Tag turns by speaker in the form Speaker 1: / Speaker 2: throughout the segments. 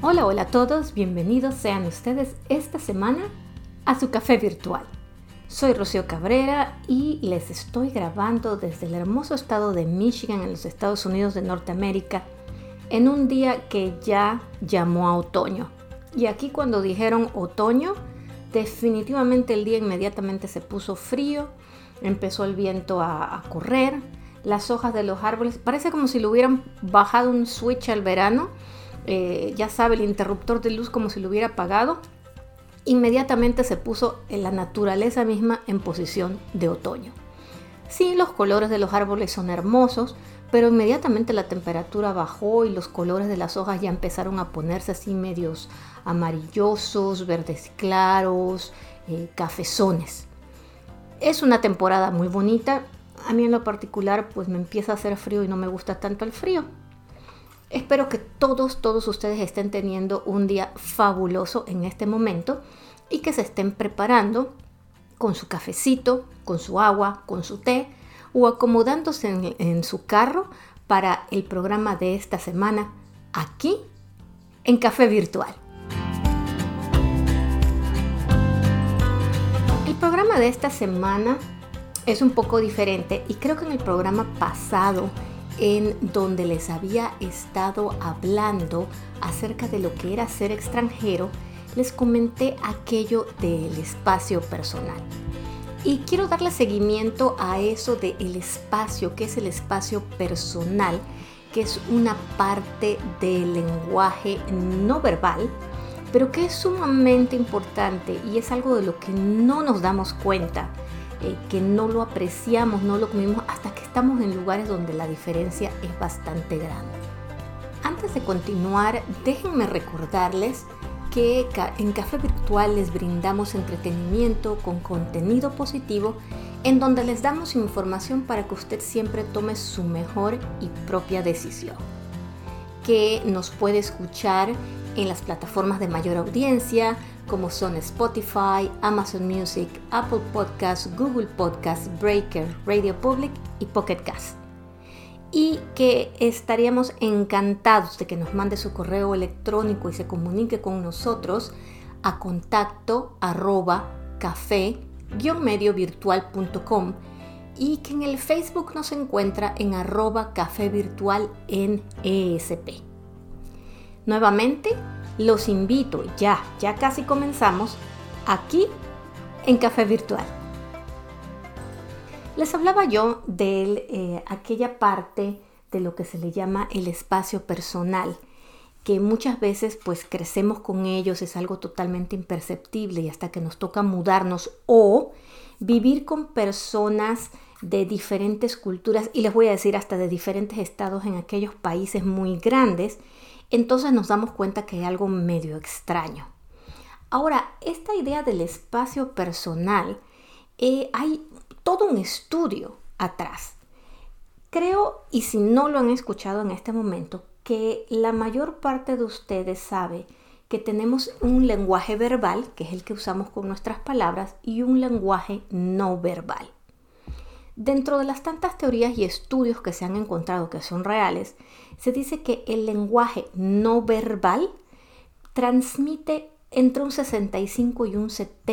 Speaker 1: Hola, hola a todos, bienvenidos sean ustedes esta semana a su café virtual. Soy Rocío Cabrera y les estoy grabando desde el hermoso estado de Michigan en los Estados Unidos de Norteamérica en un día que ya llamó a otoño. Y aquí cuando dijeron otoño, definitivamente el día inmediatamente se puso frío, empezó el viento a correr, las hojas de los árboles, parece como si le hubieran bajado un switch al verano. Ya sabe, el interruptor de luz como si lo hubiera apagado. Inmediatamente se puso en la naturaleza misma en posición de otoño. Sí, los colores de los árboles son hermosos, pero inmediatamente la temperatura bajó y los colores de las hojas ya empezaron a ponerse así medios amarillosos, verdes claros, cafezones. Es una temporada muy bonita. A mí en lo particular pues me empieza a hacer frío y no me gusta tanto el frío. Espero que todos ustedes estén teniendo un día fabuloso en este momento y que se estén preparando con su cafecito, con su agua, con su té o acomodándose en su carro para el programa de esta semana aquí en Café Virtual. El programa de esta semana es un poco diferente y creo que en el programa pasado en donde les había estado hablando acerca de lo que era ser extranjero, les comenté aquello del espacio personal. Y quiero darle seguimiento a eso del espacio, que es el espacio personal, que es una parte del lenguaje no verbal, pero que es sumamente importante y es algo de lo que no nos damos cuenta. Que no lo apreciamos, no lo comemos hasta que estamos en lugares donde la diferencia es bastante grande. Antes de continuar, déjenme recordarles que en Café Virtual les brindamos entretenimiento con contenido positivo en donde les damos información para que usted siempre tome su mejor y propia decisión. Que nos puede escuchar en las plataformas de mayor audiencia, como son Spotify, Amazon Music, Apple Podcasts, Google Podcasts, Breaker, Radio Public y Pocket Cast. Y que estaríamos encantados de que nos mande su correo electrónico y se comunique con nosotros a contacto@café-mediovirtual.com y que en el Facebook nos encuentra en @cafevirtual en ESP. Nuevamente, los invito, ya casi comenzamos, aquí en Café Virtual. Les hablaba yo de aquella parte de lo que se le llama el espacio personal, que muchas veces pues crecemos con ellos, es algo totalmente imperceptible y hasta que nos toca mudarnos o vivir con personas de diferentes culturas y les voy a decir hasta de diferentes estados en aquellos países muy grandes, entonces nos damos cuenta que hay algo medio extraño. Ahora, esta idea del espacio personal, hay todo un estudio atrás. Creo, y si no lo han escuchado en este momento, que la mayor parte de ustedes sabe que tenemos un lenguaje verbal, que es el que usamos con nuestras palabras, y un lenguaje no verbal. Dentro de las tantas teorías y estudios que se han encontrado que son reales, se dice que el lenguaje no verbal transmite entre un 65 y un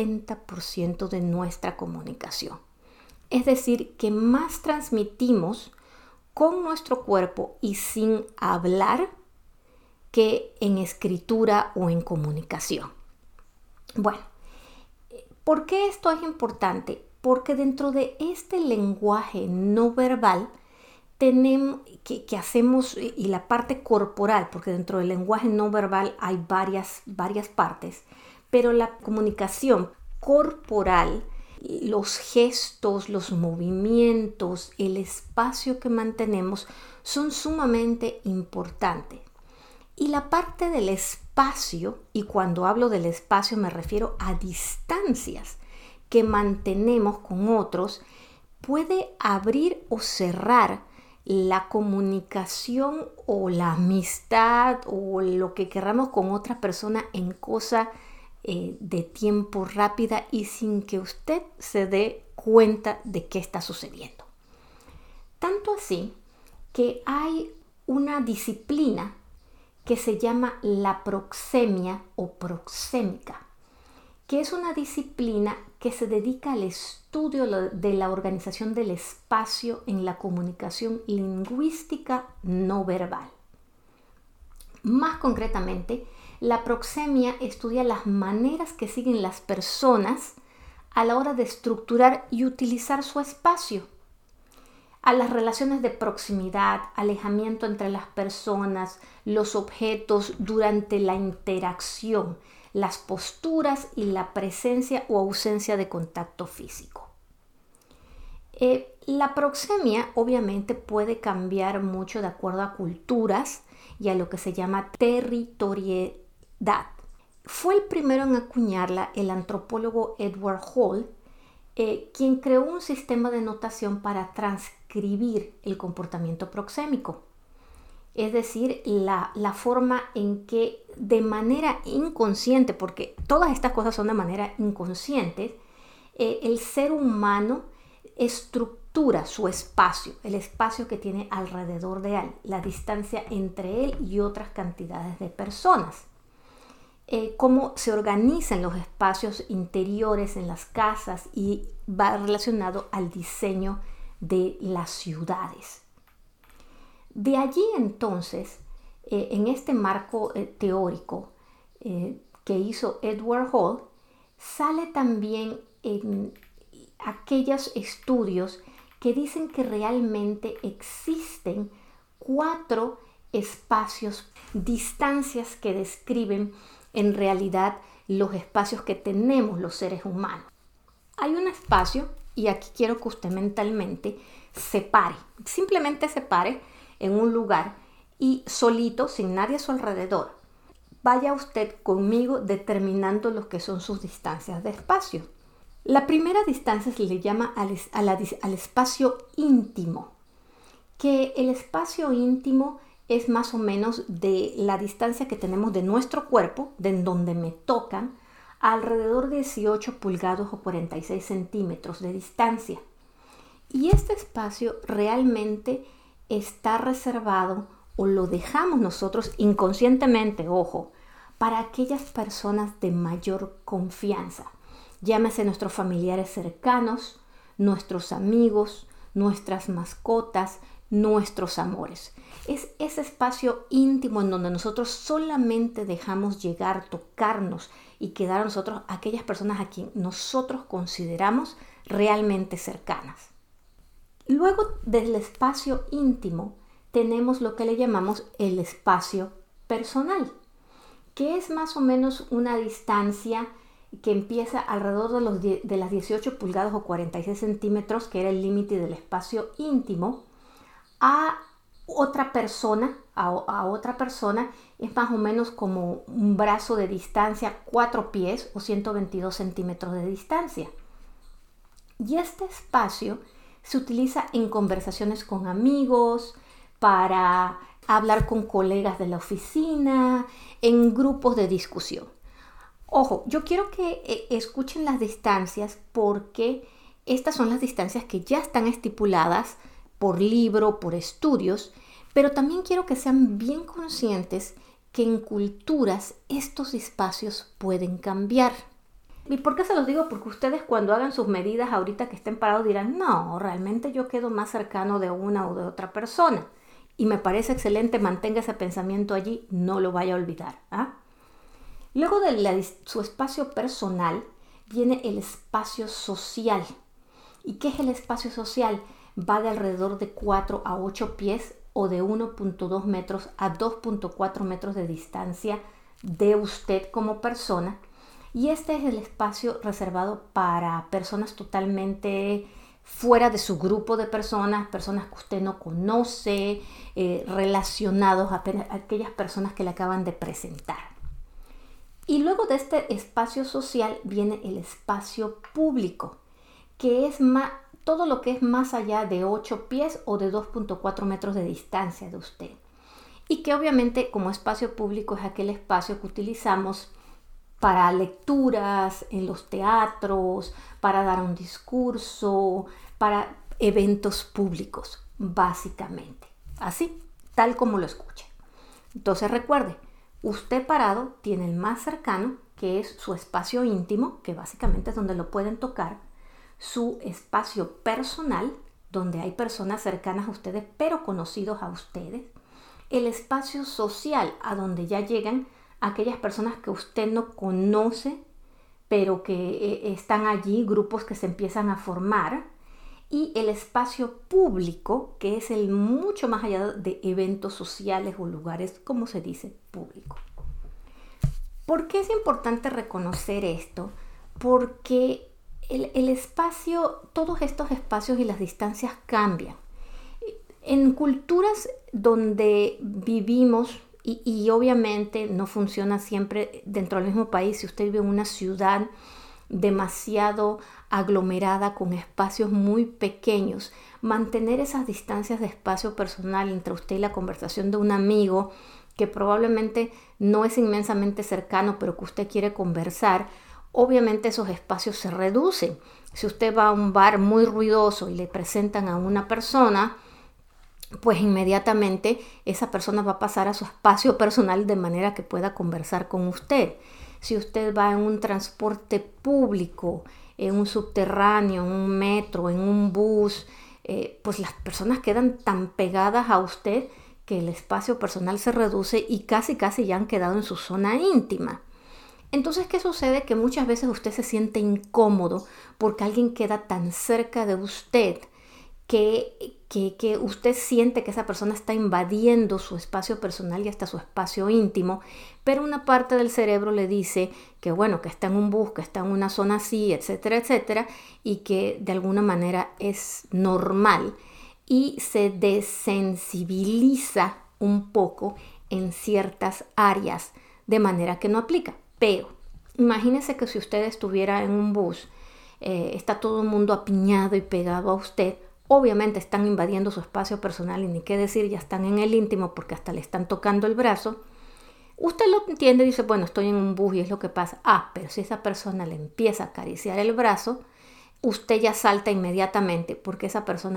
Speaker 1: 70% de nuestra comunicación. Es decir, que más transmitimos con nuestro cuerpo y sin hablar que en escritura o en comunicación. Bueno, ¿por qué esto es importante? Porque dentro de este lenguaje no verbal tenemos que hacemos y la parte corporal, porque dentro del lenguaje no verbal hay varias partes, pero la comunicación corporal, los gestos, los movimientos, el espacio que mantenemos son sumamente importantes. Y la parte del espacio, y cuando hablo del espacio me refiero a distancias que mantenemos con otros, puede abrir o cerrar la comunicación o la amistad o lo que queramos con otra persona en cosa de tiempo rápida y sin que usted se dé cuenta de qué está sucediendo. Tanto así que hay una disciplina que se llama la proxemia o proxémica, que es una disciplina que se dedica al estudio de la organización del espacio en la comunicación lingüística no verbal. Más concretamente, la proxemia estudia las maneras que siguen las personas a la hora de estructurar y utilizar su espacio, a las relaciones de proximidad, alejamiento entre las personas, los objetos durante la interacción, las posturas y la presencia o ausencia de contacto físico. La proxemia obviamente puede cambiar mucho de acuerdo a culturas y a lo que se llama territorialidad. Fue el primero en acuñarla el antropólogo Edward Hall, quien creó un sistema de notación para transcribir el comportamiento proxémico. Es decir, la forma en que de manera inconsciente, porque todas estas cosas son de manera inconsciente, el ser humano estructura su espacio, el espacio que tiene alrededor de él, la distancia entre él y otras cantidades de personas. Cómo se organizan los espacios interiores en las casas y va relacionado al diseño de las ciudades. De allí entonces, en este marco teórico que hizo Edward Hall, sale también en aquellos estudios que dicen que realmente existen 4 espacios, distancias que describen en realidad los espacios que tenemos los seres humanos. Hay un espacio, y aquí quiero que usted mentalmente simplemente se pare en un lugar y solito, sin nadie a su alrededor, vaya usted conmigo determinando lo que son sus distancias de espacio. La primera distancia se le llama al espacio íntimo, que el espacio íntimo es más o menos de la distancia que tenemos de nuestro cuerpo, de donde me tocan, alrededor de 18 pulgadas o 46 centímetros de distancia. Y este espacio realmente está reservado o lo dejamos nosotros inconscientemente, ojo, para aquellas personas de mayor confianza. Llámese nuestros familiares cercanos, nuestros amigos, nuestras mascotas, nuestros amores. Es ese espacio íntimo en donde nosotros solamente dejamos llegar, tocarnos y quedar a nosotros aquellas personas a quien nosotros consideramos realmente cercanas. Luego del espacio íntimo tenemos lo que le llamamos el espacio personal, que es más o menos una distancia que empieza alrededor de las 18 pulgadas o 46 centímetros, que era el límite del espacio íntimo, a otra persona es más o menos como un brazo de distancia, 4 pies o 122 centímetros de distancia. Y este espacio se utiliza en conversaciones con amigos, para hablar con colegas de la oficina, en grupos de discusión. Ojo, yo quiero que escuchen las distancias porque estas son las distancias que ya están estipuladas por libro, por estudios, pero también quiero que sean bien conscientes que en culturas estos espacios pueden cambiar. ¿Y por qué se los digo? Porque ustedes cuando hagan sus medidas ahorita que estén parados dirán, no, realmente yo quedo más cercano de una o de otra persona. Y me parece excelente, mantenga ese pensamiento allí, no lo vaya a olvidar. Luego de su espacio personal viene el espacio social. ¿Y qué es el espacio social? Va de alrededor de 4 a 8 pies o de 1.2 metros a 2.4 metros de distancia de usted como persona. Y este es el espacio reservado para personas totalmente fuera de su grupo de personas que usted no conoce, relacionados a aquellas personas que le acaban de presentar. Y luego de este espacio social viene el espacio público, que es todo lo que es más allá de 8 pies o de 2.4 metros de distancia de usted. Y que obviamente como espacio público es aquel espacio que utilizamos para lecturas, en los teatros, para dar un discurso, para eventos públicos, básicamente. Así, tal como lo escuche. Entonces recuerde, usted parado tiene el más cercano, que es su espacio íntimo, que básicamente es donde lo pueden tocar, su espacio personal, donde hay personas cercanas a ustedes, pero conocidos a ustedes, el espacio social, a donde ya llegan aquellas personas que usted no conoce, pero que están allí, grupos que se empiezan a formar, y el espacio público, que es el mucho más allá de eventos sociales o lugares, como se dice, público. ¿Por qué es importante reconocer esto? Porque el espacio, todos estos espacios y las distancias cambian. En culturas donde vivimos, y obviamente no funciona siempre dentro del mismo país, si usted vive en una ciudad demasiado aglomerada con espacios muy pequeños, mantener esas distancias de espacio personal entre usted y la conversación de un amigo que probablemente no es inmensamente cercano, pero que usted quiere conversar, obviamente esos espacios se reducen. Si usted va a un bar muy ruidoso y le presentan a una persona, pues inmediatamente esa persona va a pasar a su espacio personal de manera que pueda conversar con usted. Si usted va en un transporte público, en un subterráneo, en un metro, en un bus, pues las personas quedan tan pegadas a usted que el espacio personal se reduce y casi ya han quedado en su zona íntima. Entonces, ¿qué sucede? Que muchas veces usted se siente incómodo porque alguien queda tan cerca de usted que usted siente que esa persona está invadiendo su espacio personal y hasta su espacio íntimo, pero una parte del cerebro le dice que bueno, que está en un bus, que está en una zona así, etcétera, etcétera, y que de alguna manera es normal y se desensibiliza un poco en ciertas áreas, de manera que no aplica. Pero imagínese que si usted estuviera en un bus, está todo el mundo apiñado y pegado a usted, obviamente están invadiendo su espacio personal y ni qué decir, ya están en el íntimo porque hasta le están tocando el brazo. Usted lo entiende y dice, bueno, estoy en un bus y es lo que pasa. Pero si esa persona le empieza a acariciar el brazo, usted ya salta inmediatamente porque esa persona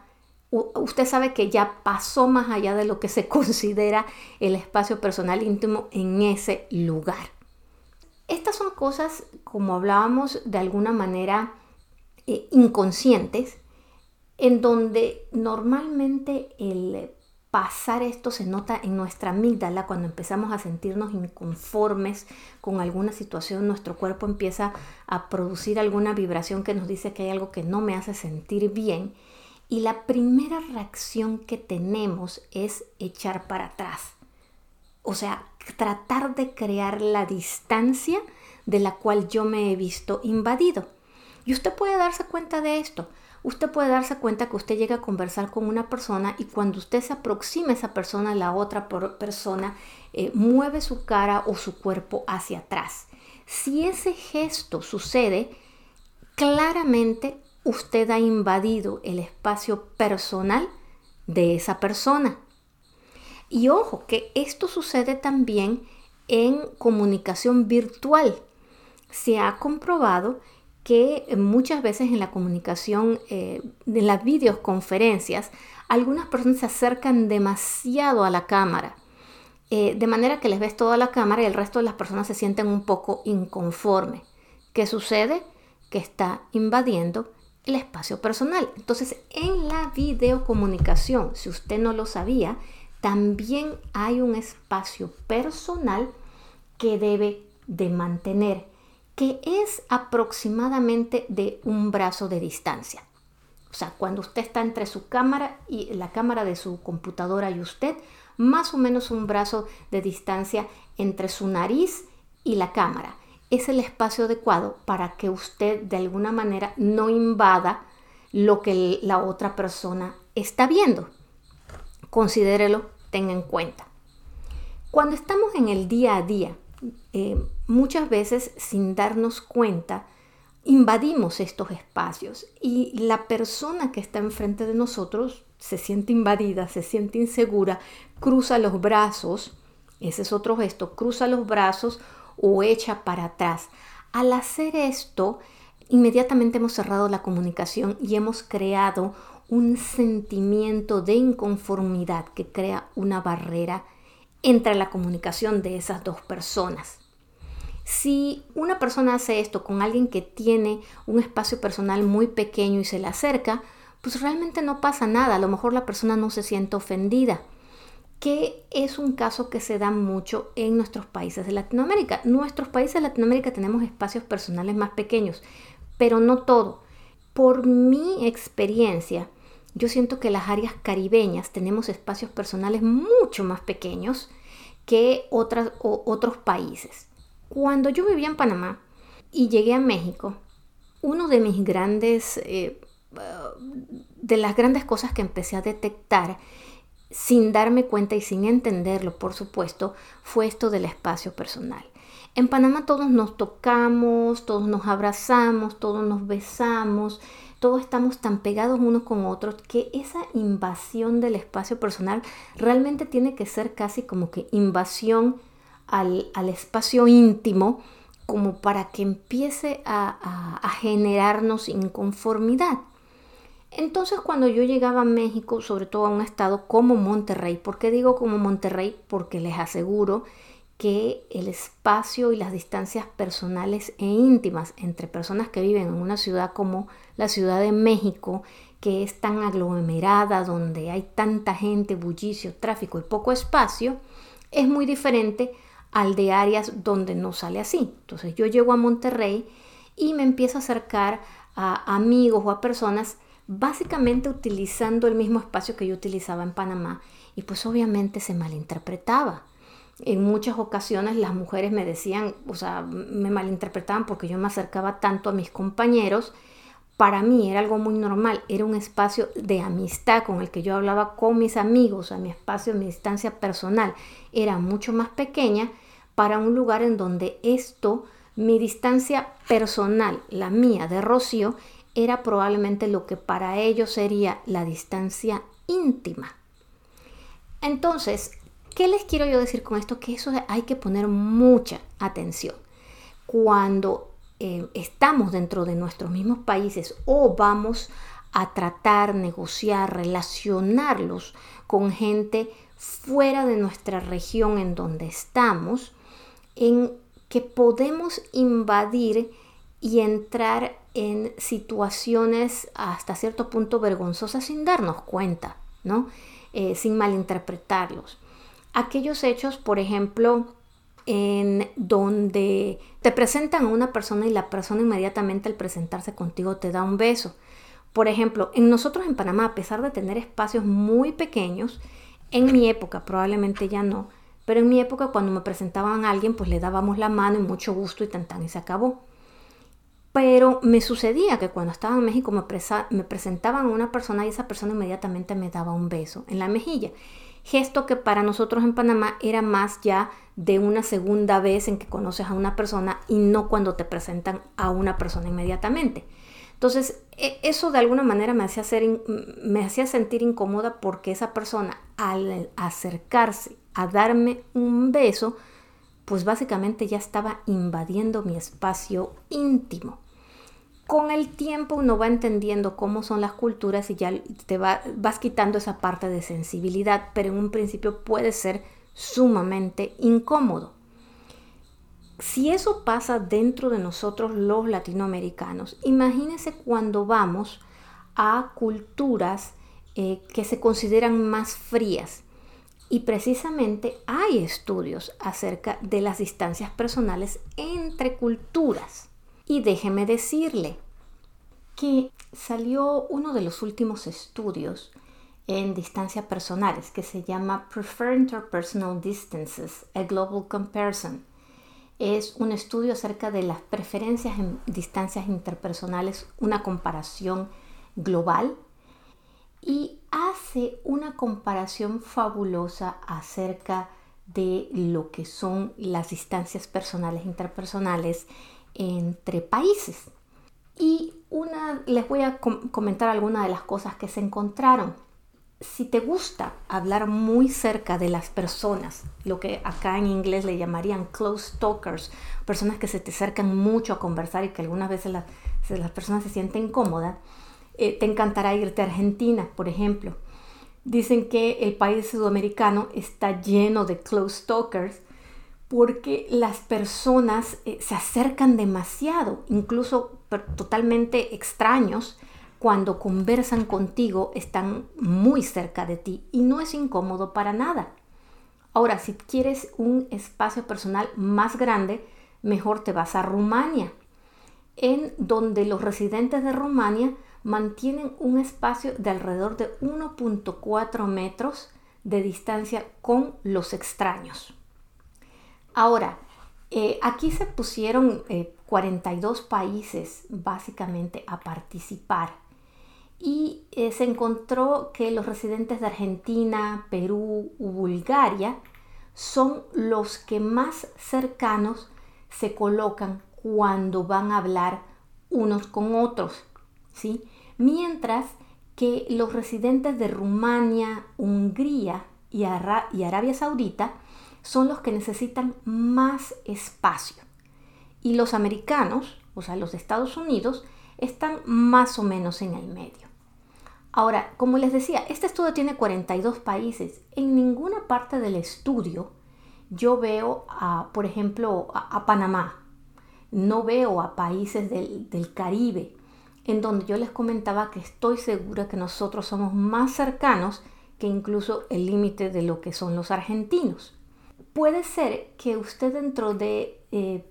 Speaker 1: usted sabe que ya pasó más allá de lo que se considera el espacio personal íntimo en ese lugar. Estas son cosas, como hablábamos, de alguna manera inconscientes, en donde normalmente el pasar esto se nota en nuestra amígdala cuando empezamos a sentirnos inconformes con alguna situación. Nuestro cuerpo empieza a producir alguna vibración que nos dice que hay algo que no me hace sentir bien. Y la primera reacción que tenemos es echar para atrás. O sea, tratar de crear la distancia de la cual yo me he visto invadido. Y usted puede darse cuenta de esto. Usted puede darse cuenta que usted llega a conversar con una persona y cuando usted se aproxima a esa persona, la otra persona mueve su cara o su cuerpo hacia atrás. Si ese gesto sucede, claramente usted ha invadido el espacio personal de esa persona. Y ojo, que esto sucede también en comunicación virtual. Se ha comprobado que muchas veces en la comunicación, en las videoconferencias, algunas personas se acercan demasiado a la cámara, de manera que les ves toda la cámara y el resto de las personas se sienten un poco inconformes. ¿Qué sucede? Que está invadiendo el espacio personal. Entonces, en la videocomunicación, si usted no lo sabía, también hay un espacio personal que debe de mantener, que es aproximadamente de un brazo de distancia. O sea, cuando usted está entre su cámara y la cámara de su computadora y usted, más o menos un brazo de distancia entre su nariz y la cámara. Es el espacio adecuado para que usted de alguna manera no invada lo que la otra persona está viendo. Considérelo, tenga en cuenta. Cuando estamos en el día a día, muchas veces sin darnos cuenta, invadimos estos espacios y la persona que está enfrente de nosotros se siente invadida, se siente insegura, cruza los brazos, ese es otro gesto, cruza los brazos o echa para atrás. Al hacer esto, inmediatamente hemos cerrado la comunicación y hemos creado un sentimiento de inconformidad que crea una barrera entre la comunicación de esas dos personas. Si una persona hace esto con alguien que tiene un espacio personal muy pequeño y se le acerca, pues realmente no pasa nada. A lo mejor la persona no se siente ofendida, que es un caso que se da mucho en nuestros países de Latinoamérica. Nuestros países de Latinoamérica tenemos espacios personales más pequeños, pero no todo. Por mi experiencia, yo siento que las áreas caribeñas tenemos espacios personales mucho más pequeños que otros países. Cuando yo vivía en Panamá y llegué a México, uno de mis de las grandes cosas que empecé a detectar sin darme cuenta y sin entenderlo, por supuesto, fue esto del espacio personal. En Panamá todos nos tocamos, todos nos abrazamos, todos nos besamos, todos estamos tan pegados unos con otros que esa invasión del espacio personal realmente tiene que ser casi como que invasión al espacio íntimo, como para que empiece a generarnos inconformidad. Entonces, cuando yo llegaba a México, sobre todo a un estado como Monterrey, ¿por qué digo como Monterrey? Porque les aseguro que el espacio y las distancias personales e íntimas entre personas que viven en una ciudad como la Ciudad de México, que es tan aglomerada, donde hay tanta gente, bullicio, tráfico y poco espacio, es muy diferente al de áreas donde no sale así. Entonces yo llego a Monterrey y me empiezo a acercar a amigos o a personas básicamente utilizando el mismo espacio que yo utilizaba en Panamá, y pues obviamente se malinterpretaba. En muchas ocasiones las mujeres me decían, o sea, me malinterpretaban porque yo me acercaba tanto a mis compañeros. Para mí era algo muy normal, era un espacio de amistad con el que yo hablaba con mis amigos, a mi espacio, mi distancia personal era mucho más pequeña para un lugar en donde mi distancia personal, la mía de Rocío, era probablemente lo que para ellos sería la distancia íntima. Entonces, ¿qué les quiero yo decir con esto? Que eso hay que poner mucha atención. Cuando estamos dentro de nuestros mismos países o vamos a tratar, negociar, relacionarlos con gente fuera de nuestra región en donde estamos, en que podemos invadir y entrar en situaciones hasta cierto punto vergonzosas sin darnos cuenta, ¿no? Sin malinterpretarlos. Aquellos hechos, por ejemplo, en donde te presentan a una persona y la persona inmediatamente al presentarse contigo te da un beso. Por ejemplo, nosotros en Panamá, a pesar de tener espacios muy pequeños, en mi época, probablemente ya no, pero en mi época cuando me presentaban a alguien, pues le dábamos la mano y mucho gusto y y se acabó. Pero me sucedía que cuando estaba en México me presentaban a una persona y esa persona inmediatamente me daba un beso en la mejilla. Gesto que para nosotros en Panamá era más ya de una segunda vez en que conoces a una persona y no cuando te presentan a una persona inmediatamente. Entonces, eso de alguna manera me hacía sentir incómoda porque esa persona al acercarse a darme un beso, pues básicamente ya estaba invadiendo mi espacio íntimo. Con el tiempo uno va entendiendo cómo son las culturas y ya vas quitando esa parte de sensibilidad, pero en un principio puede ser sumamente incómodo. Si eso pasa dentro de nosotros los latinoamericanos, imagínense cuando vamos a culturas que se consideran más frías. Y precisamente hay estudios acerca de las distancias personales entre culturas. Y déjeme decirle que salió uno de los últimos estudios en distancias personales que se llama Preferred Interpersonal Distances, a Global Comparison. Es un estudio acerca de las preferencias en distancias interpersonales, una comparación global, y hace una comparación fabulosa acerca de lo que son las distancias personales interpersonales entre países. Y les voy a comentar algunas de las cosas que se encontraron. Si te gusta hablar muy cerca de las personas, lo que acá en inglés le llamarían close talkers, personas que se te acercan mucho a conversar y que algunas veces las personas se sienten cómodas, te encantará irte a Argentina, por ejemplo. Dicen que el país sudamericano está lleno de close talkers porque las personas se acercan demasiado, incluso totalmente extraños, cuando conversan contigo, están muy cerca de ti y no es incómodo para nada. Ahora, si quieres un espacio personal más grande, mejor te vas a Rumania, en donde los residentes de Rumania mantienen un espacio de alrededor de 1.4 metros de distancia con los extraños. Ahora, aquí se pusieron 42 países básicamente a participar y se encontró que los residentes de Argentina, Perú y Bulgaria son los que más cercanos se colocan cuando van a hablar unos con otros, ¿sí? Mientras que los residentes de Rumania, Hungría y Arabia Saudita son los que necesitan más espacio. Y los americanos, o sea, los de Estados Unidos, están más o menos en el medio. Ahora, como les decía, este estudio tiene 42 países. En ninguna parte del estudio yo veo, por ejemplo, a Panamá. No veo a países del Caribe, en donde yo les comentaba que estoy segura que nosotros somos más cercanos que incluso el límite de lo que son los argentinos. Puede ser que usted dentro de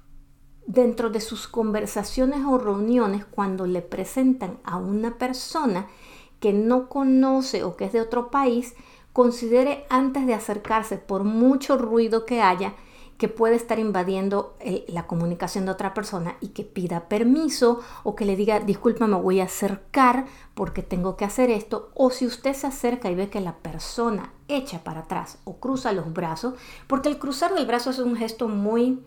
Speaker 1: sus conversaciones o reuniones, cuando le presentan a una persona que no conoce o que es de otro país, considere antes de acercarse, por mucho ruido que haya, que puede estar invadiendo la comunicación de otra persona y que pida permiso o que le diga, disculpa, me voy a acercar porque tengo que hacer esto. O si usted se acerca y ve que la persona echa para atrás o cruza los brazos, porque el cruzar del brazo es un gesto muy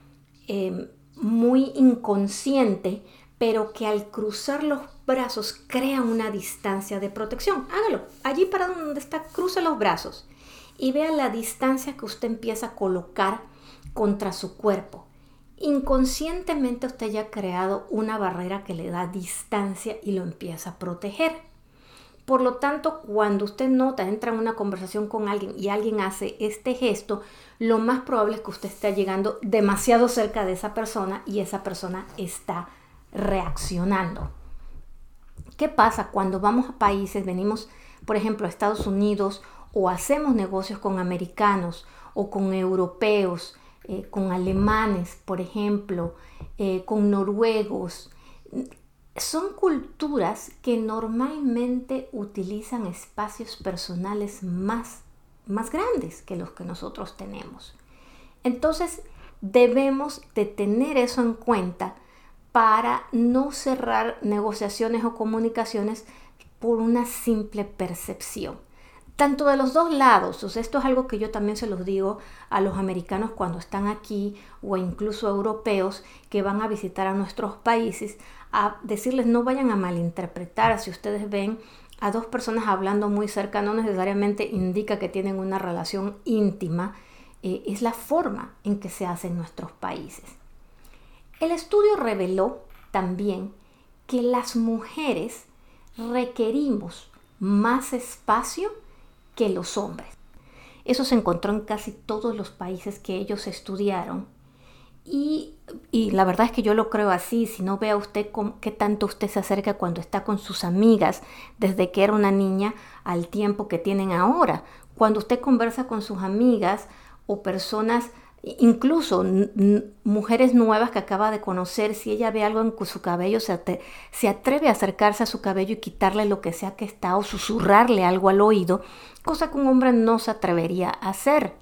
Speaker 1: inconsciente, pero que al cruzar los brazos crea una distancia de protección. Hágalo. Allí para donde está, cruce los brazos y vea la distancia que usted empieza a colocar contra su cuerpo. Inconscientemente usted ya ha creado una barrera que le da distancia y lo empieza a proteger. Por lo tanto, cuando usted nota, entra en una conversación con alguien y alguien hace este gesto, lo más probable es que usted esté llegando demasiado cerca de esa persona y esa persona está reaccionando. ¿Qué pasa cuando vamos a países, venimos, por ejemplo, a Estados Unidos o hacemos negocios con americanos o con europeos, con alemanes, por ejemplo, con noruegos? Son culturas que normalmente utilizan espacios personales más grandes que los que nosotros tenemos. Entonces, debemos de tener eso en cuenta para no cerrar negociaciones o comunicaciones por una simple percepción. Tanto de los dos lados. O sea, esto es algo que yo también se los digo a los americanos cuando están aquí o incluso a europeos que van a visitar a nuestros países, a decirles no vayan a malinterpretar. Si ustedes ven a dos personas hablando muy cerca, no necesariamente indica que tienen una relación íntima. Es la forma en que se hace en nuestros países. El estudio reveló también que las mujeres requerimos más espacio que los hombres. Eso se encontró en casi todos los países que ellos estudiaron y la verdad es que yo lo creo así. Si no, vea usted qué tanto usted se acerca cuando está con sus amigas desde que era una niña al tiempo que tienen ahora. Cuando usted conversa con sus amigas o personas, incluso mujeres nuevas que acaba de conocer, si ella ve algo en su cabello, se atreve a acercarse a su cabello y quitarle lo que sea que está o susurrarle algo al oído, cosa que un hombre no se atrevería a hacer.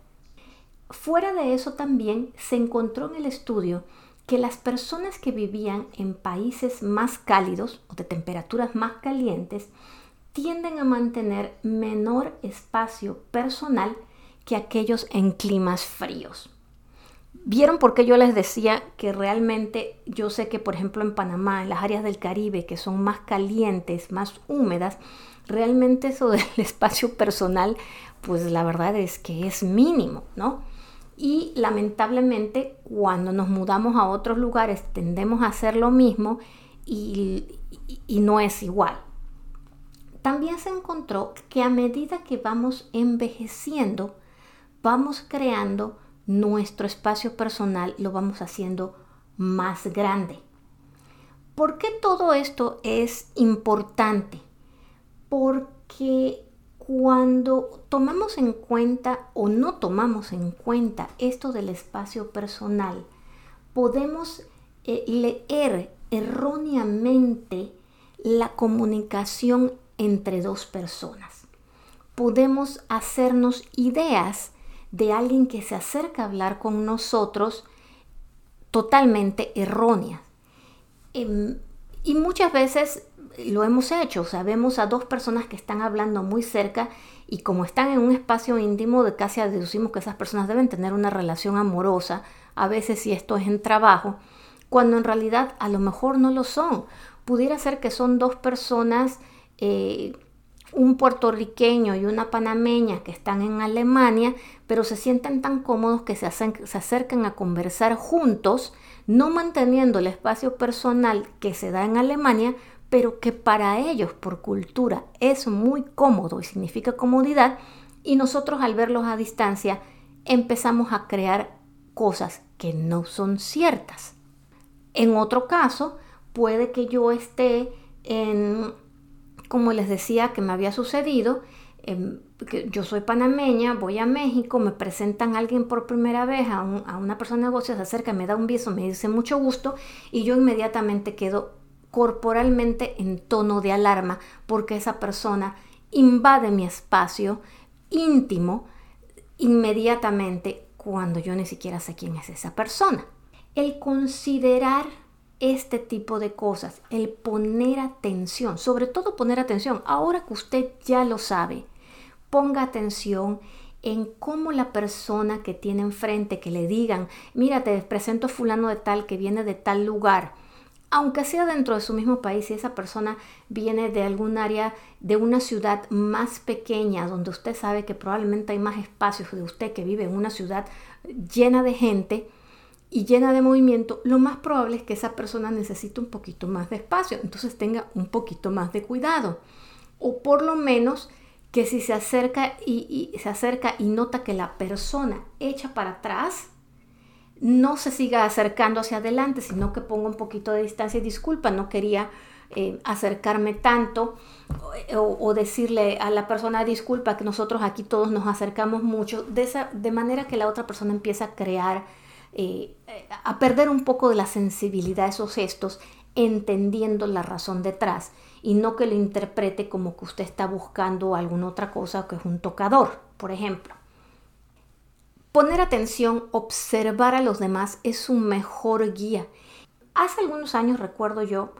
Speaker 1: Fuera de eso, también se encontró en el estudio que las personas que vivían en países más cálidos o de temperaturas más calientes tienden a mantener menor espacio personal que aquellos en climas fríos. ¿Vieron por qué yo les decía que realmente yo sé que, por ejemplo, en Panamá, en las áreas del Caribe que son más calientes, más húmedas, realmente eso del espacio personal, pues la verdad es que es mínimo, ¿no? Y lamentablemente cuando nos mudamos a otros lugares tendemos a hacer lo mismo y no es igual. también se encontró que a medida que vamos envejeciendo, vamos creando nuestro espacio personal, lo vamos haciendo más grande. ¿Por qué todo esto es importante? Porque cuando tomamos en cuenta o no tomamos en cuenta esto del espacio personal, podemos leer erróneamente la comunicación entre dos personas. Podemos hacernos ideas de alguien que se acerca a hablar con nosotros totalmente erróneas. Y muchas veces lo hemos hecho, o sea, vemos a dos personas que están hablando muy cerca y como están en un espacio íntimo, de casi deducimos que esas personas deben tener una relación amorosa, a veces si esto es en trabajo, cuando en realidad a lo mejor no lo son. Pudiera ser que son dos personas, un puertorriqueño y una panameña que están en Alemania, pero se sienten tan cómodos que se acercan a conversar juntos, no manteniendo el espacio personal que se da en Alemania, pero que para ellos por cultura es muy cómodo y significa comodidad, y nosotros al verlos a distancia empezamos a crear cosas que no son ciertas. En otro caso, puede que yo esté como les decía que me había sucedido, que yo soy panameña, voy a México, me presentan a alguien por primera vez, a una persona de negocios, se acerca, me da un beso, me dice mucho gusto y yo inmediatamente quedo corporalmente en tono de alarma porque esa persona invade mi espacio íntimo inmediatamente cuando yo ni siquiera sé quién es esa persona. El considerar este tipo de cosas, el poner atención, sobre todo poner atención, ahora que usted ya lo sabe, ponga atención en cómo la persona que tiene enfrente, que le digan, mira, te presento a fulano de tal que viene de tal lugar, aunque sea dentro de su mismo país, si esa persona viene de algún área, de una ciudad más pequeña, donde usted sabe que probablemente hay más espacios de usted que vive en una ciudad llena de gente y llena de movimiento, lo más probable es que esa persona necesite un poquito más de espacio, entonces tenga un poquito más de cuidado. O por lo menos que si se acerca y nota que la persona echa para atrás, no se siga acercando hacia adelante, sino que ponga un poquito de distancia y disculpa, no quería acercarme tanto, o decirle a la persona disculpa que nosotros aquí todos nos acercamos mucho, de manera que la otra persona empieza a crear, a perder un poco de la sensibilidad de esos gestos, entendiendo la razón detrás y no que lo interprete como que usted está buscando alguna otra cosa, que es un tocador, por ejemplo. Poner atención, observar a los demás es su mejor guía. Hace algunos años, recuerdo yo,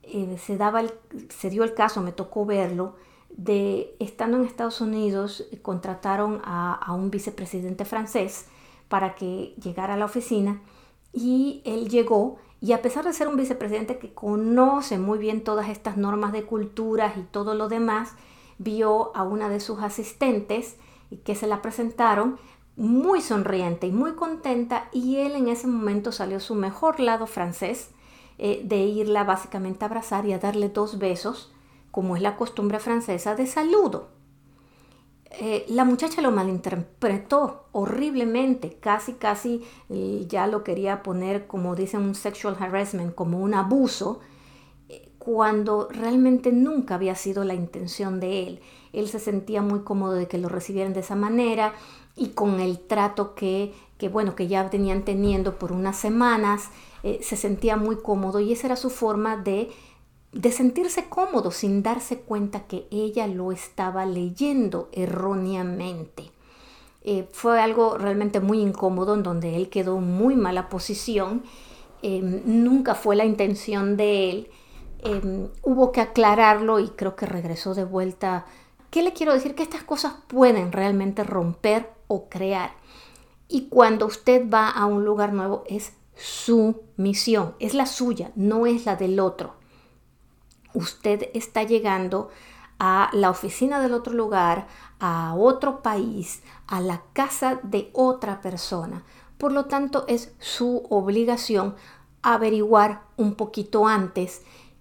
Speaker 1: se dio el caso, me tocó verlo, de estando en Estados Unidos, contrataron a un vicepresidente francés para que llegara a la oficina y él llegó y a pesar de ser un vicepresidente que conoce muy bien todas estas normas de culturas y todo lo demás, vio a una de sus asistentes que se la presentaron muy sonriente y muy contenta, y él en ese momento salió su mejor lado francés, de irla básicamente a abrazar y a darle 2 besos, como es la costumbre francesa de saludo. La muchacha lo malinterpretó horriblemente, casi ya lo quería poner, como dicen, un sexual harassment, como un abuso, cuando realmente nunca había sido la intención de él. Él se sentía muy cómodo de que lo recibieran de esa manera y con el trato que ya venían teniendo por unas semanas, se sentía muy cómodo y esa era su forma de sentirse cómodo sin darse cuenta que ella lo estaba leyendo erróneamente. Fue algo realmente muy incómodo en donde él quedó en muy mala posición. Nunca fue la intención de él. Hubo que aclararlo y creo que regresó de vuelta. ¿Qué le quiero decir? Que estas cosas pueden realmente romper o crear. Y cuando usted va a un lugar nuevo es su misión, es la suya, no es la del otro. Usted está llegando a la oficina del otro lugar, a otro país, a la casa de otra persona. Por lo tanto, es su obligación averiguar un poquito antes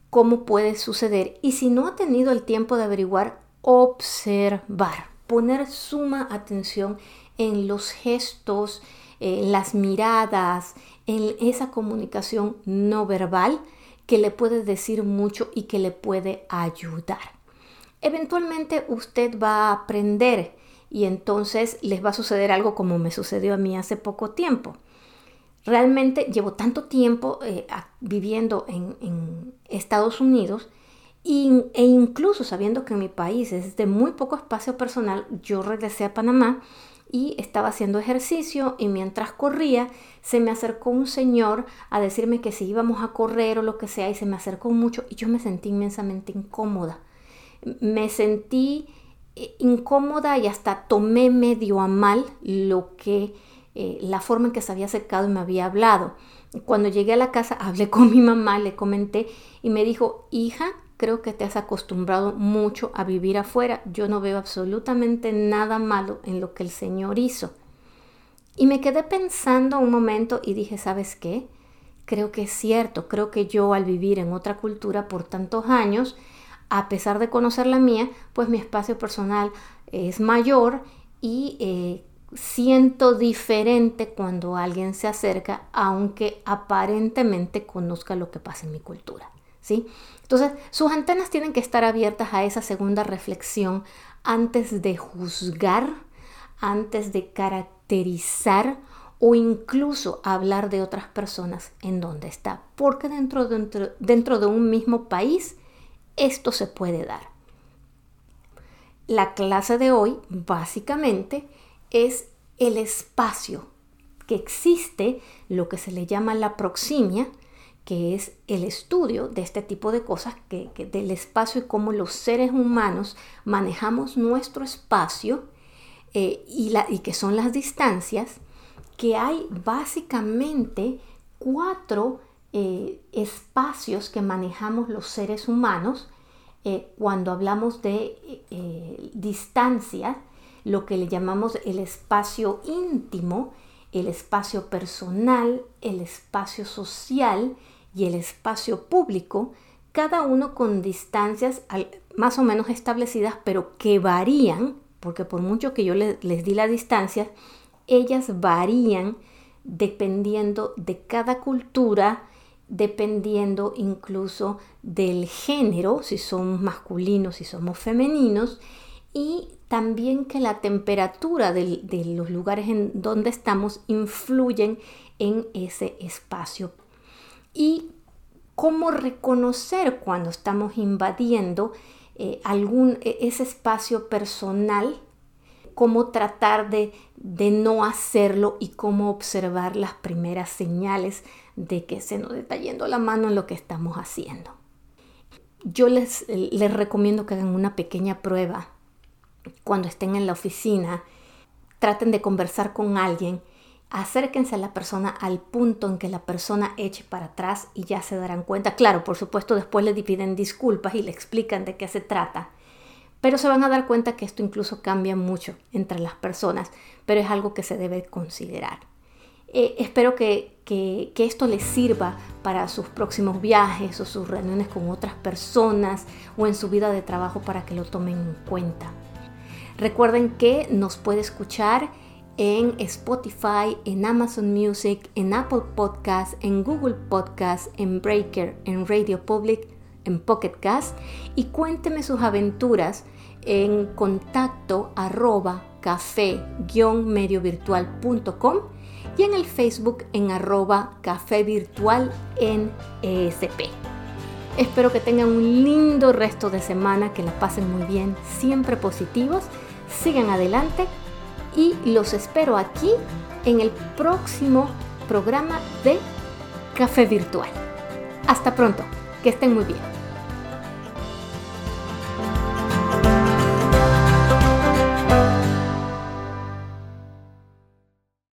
Speaker 1: cómo puede suceder. Y si no ha tenido el tiempo de averiguar, observar, poner suma atención en los gestos, en las miradas, en esa comunicación no verbal que le puede decir mucho y que le puede ayudar. Eventualmente usted va a aprender y entonces les va a suceder algo como me sucedió a mí hace poco tiempo. Realmente llevo tanto tiempo viviendo en Estados Unidos e incluso sabiendo que en mi país es de muy poco espacio personal, yo regresé a Panamá y estaba haciendo ejercicio y mientras corría se me acercó un señor a decirme que si íbamos a correr o lo que sea y se me acercó mucho y yo me sentí inmensamente incómoda. Me sentí incómoda y hasta tomé medio a mal la forma en que se había acercado y me había hablado. Cuando llegué a la casa hablé con mi mamá, le comenté y me dijo, hija, creo que te has acostumbrado mucho a vivir afuera. Yo no veo absolutamente nada malo en lo que el Señor hizo. Y me quedé pensando un momento y dije, ¿sabes qué? Creo que es cierto. Creo que yo al vivir en otra cultura por tantos años, a pesar de conocer la mía, pues mi espacio personal es mayor y siento diferente cuando alguien se acerca, aunque aparentemente conozca lo que pasa en mi cultura, ¿sí? Entonces, sus antenas tienen que estar abiertas a esa segunda reflexión antes de juzgar, antes de caracterizar o incluso hablar de otras personas en donde está. Porque dentro de un mismo país, esto se puede dar. La clase de hoy, básicamente, es el espacio que existe, lo que se le llama la proximia, que es el estudio de este tipo de cosas, del espacio y cómo los seres humanos manejamos nuestro espacio y que son las distancias, que hay básicamente 4 espacios que manejamos los seres humanos cuando hablamos de distancia, lo que le llamamos el espacio íntimo, el espacio personal, el espacio social y el espacio público, cada uno con distancias más o menos establecidas, pero que varían, porque por mucho que yo les di la distancia, ellas varían dependiendo de cada cultura, dependiendo incluso del género, si somos masculinos, si somos femeninos, y también que la temperatura de los lugares en donde estamos influyen en ese espacio. Y cómo reconocer cuando estamos invadiendo ese espacio personal, cómo tratar de no hacerlo y cómo observar las primeras señales de que se nos está yendo la mano en lo que estamos haciendo. Yo les recomiendo que hagan una pequeña prueba cuando estén en la oficina. Traten de conversar con alguien, acérquense a la persona al punto en que la persona eche para atrás y ya se darán cuenta. Claro, por supuesto, después le piden disculpas y le explican de qué se trata. Pero se van a dar cuenta que esto incluso cambia mucho entre las personas, pero es algo que se debe considerar. Espero que esto les sirva para sus próximos viajes o sus reuniones con otras personas o en su vida de trabajo para que lo tomen en cuenta. Recuerden que nos puede escuchar en Spotify, en Amazon Music, en Apple Podcasts, en Google Podcasts, en Breaker, en Radio Public, en Pocket Cast, y cuénteme sus aventuras en contacto @café-mediovirtual.com y en el Facebook en @cafevirtualnesp. Espero que tengan un lindo resto de semana, que la pasen muy bien, siempre positivos, sigan adelante y los espero aquí en el próximo programa de Café Virtual. Hasta pronto, que estén muy bien.